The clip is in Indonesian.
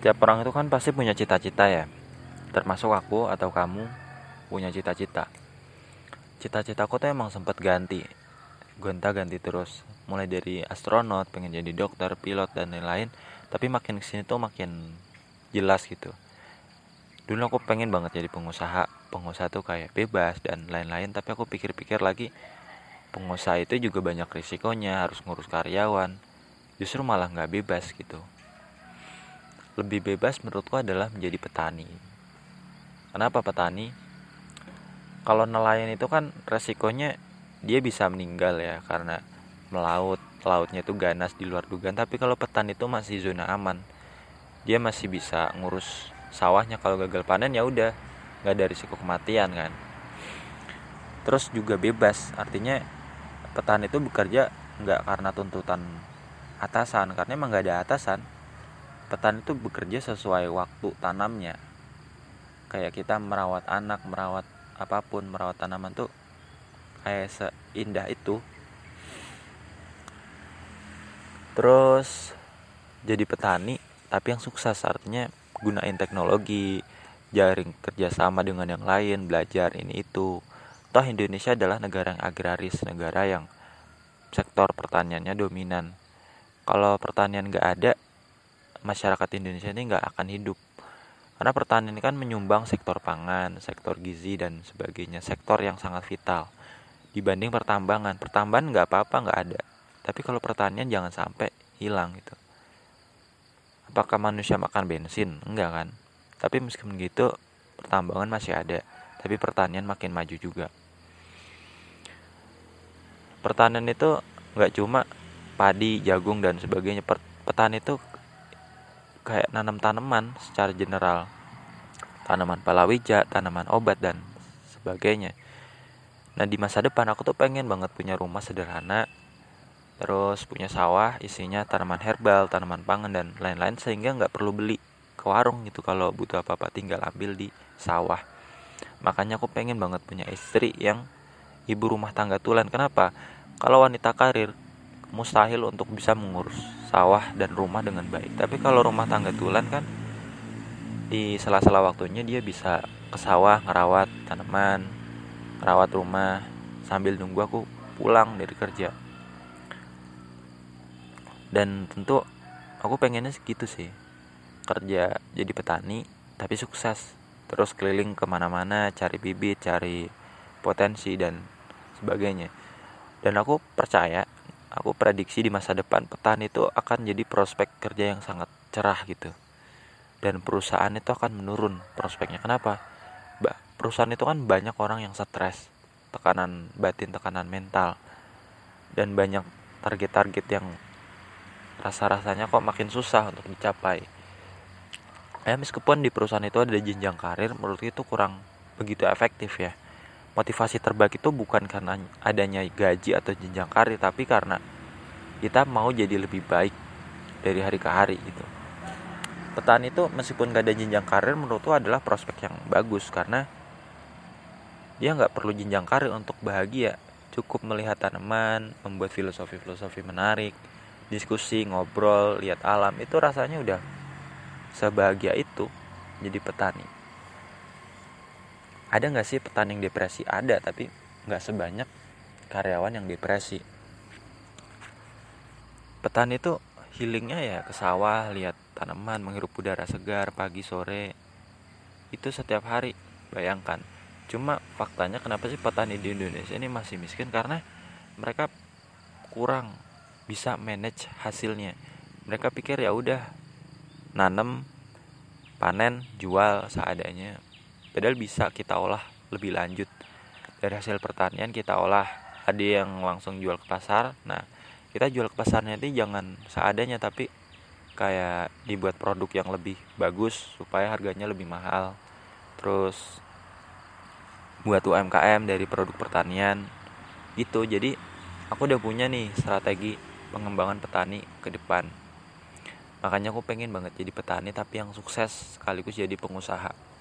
Setiap orang itu kan pasti punya cita-cita ya. Termasuk aku atau kamu punya cita-cita. Cita-citaku tuh emang sempet ganti. Gonta-ganti terus. Mulai dari astronot, pengen jadi dokter, pilot dan lain-lain. Tapi makin kesini tuh makin jelas gitu. Dulu aku pengen banget jadi pengusaha. Pengusaha tuh kayak bebas dan lain-lain. Tapi aku pikir-pikir lagi, pengusaha itu juga banyak risikonya, harus ngurus karyawan. Justru malah nggak bebas gitu. Lebih bebas menurutku adalah menjadi petani. Kenapa petani? Kalau nelayan itu kan resikonya dia bisa meninggal ya karena melaut, lautnya itu ganas di luar dugaan. Tapi kalau petani itu masih zona aman, dia masih bisa ngurus sawahnya. Kalau gagal panen ya udah, nggak ada risiko kematian kan. Terus juga bebas, artinya petani itu bekerja nggak karena tuntutan atasan, karena emang nggak ada atasan. Petani itu bekerja sesuai waktu tanamnya. Kayak kita merawat anak, merawat apapun, merawat tanaman tuh kayak seindah itu. Terus jadi petani tapi yang sukses, artinya gunain teknologi, jaring kerjasama dengan yang lain, belajar ini itu. Toh Indonesia adalah negara yang agraris, negara yang sektor pertaniannya dominan. Kalau pertanian gak ada, masyarakat Indonesia ini gak akan hidup. Karena pertanian kan menyumbang sektor pangan, sektor gizi dan sebagainya, sektor yang sangat vital dibanding pertambangan. Pertambangan nggak apa-apa, nggak ada. Tapi kalau pertanian jangan sampai hilang gitu. Apakah manusia makan bensin? Enggak kan. Tapi meskipun gitu, pertambangan masih ada. Tapi pertanian makin maju juga. Pertanian itu nggak cuma padi, jagung dan sebagainya. Petani itu kayak nanam tanaman secara general, tanaman palawija, tanaman obat dan sebagainya. Nah di masa depan aku tuh pengen banget punya rumah sederhana, terus punya sawah isinya tanaman herbal, tanaman pangan dan lain-lain, sehingga nggak perlu beli ke warung gitu. Kalau butuh apa-apa tinggal ambil di sawah. Makanya aku pengen banget punya istri yang ibu rumah tangga tulen. Kenapa? Kalau wanita karir mustahil untuk bisa mengurus sawah dan rumah dengan baik. Tapi kalau rumah tangga tulen kan di sela-sela waktunya dia bisa ke sawah ngerawat tanaman, ngerawat rumah sambil nunggu aku pulang dari kerja. Dan tentu aku pengennya segitu sih, kerja jadi petani tapi sukses, terus keliling kemana-mana cari bibit, cari potensi dan sebagainya. Dan aku percaya, aku prediksi di masa depan petani itu akan jadi prospek kerja yang sangat cerah gitu. Dan perusahaan itu akan menurun prospeknya. Kenapa? Perusahaan itu kan banyak orang yang stres, tekanan batin, tekanan mental, dan banyak target-target yang rasa-rasanya kok makin susah untuk dicapai. Meskipun di perusahaan itu ada jenjang karir, menurutku itu kurang begitu efektif ya. Motivasi terbaik itu bukan karena adanya gaji atau jenjang karir, tapi karena kita mau jadi lebih baik dari hari ke hari gitu. Petani itu meskipun gak ada jenjang karir, menurutku adalah prospek yang bagus, karena dia gak perlu jenjang karir untuk bahagia. Cukup melihat tanaman, membuat filosofi-filosofi menarik, diskusi, ngobrol, lihat alam, itu rasanya udah sebahagia itu jadi petani. Ada gak sih petani yang depresi? Ada, tapi gak sebanyak karyawan yang depresi. Petani itu healingnya ya ke sawah, lihat tanaman, menghirup udara segar pagi sore. Itu setiap hari, bayangkan. Cuma faktanya kenapa sih petani di Indonesia ini masih miskin? Karena mereka kurang bisa manage hasilnya. Mereka pikir ya udah nanam, panen, jual seadanya. Padahal bisa kita olah lebih lanjut. Dari hasil pertanian kita olah, ada yang langsung jual ke pasar. Nah, kita jual ke pasarnya itu jangan seadanya, tapi kayak dibuat produk yang lebih bagus supaya harganya lebih mahal. Terus buat UMKM dari produk pertanian gitu. Jadi aku udah punya nih strategi pengembangan petani ke depan. Makanya aku pengen banget jadi petani tapi yang sukses sekaligus jadi pengusaha.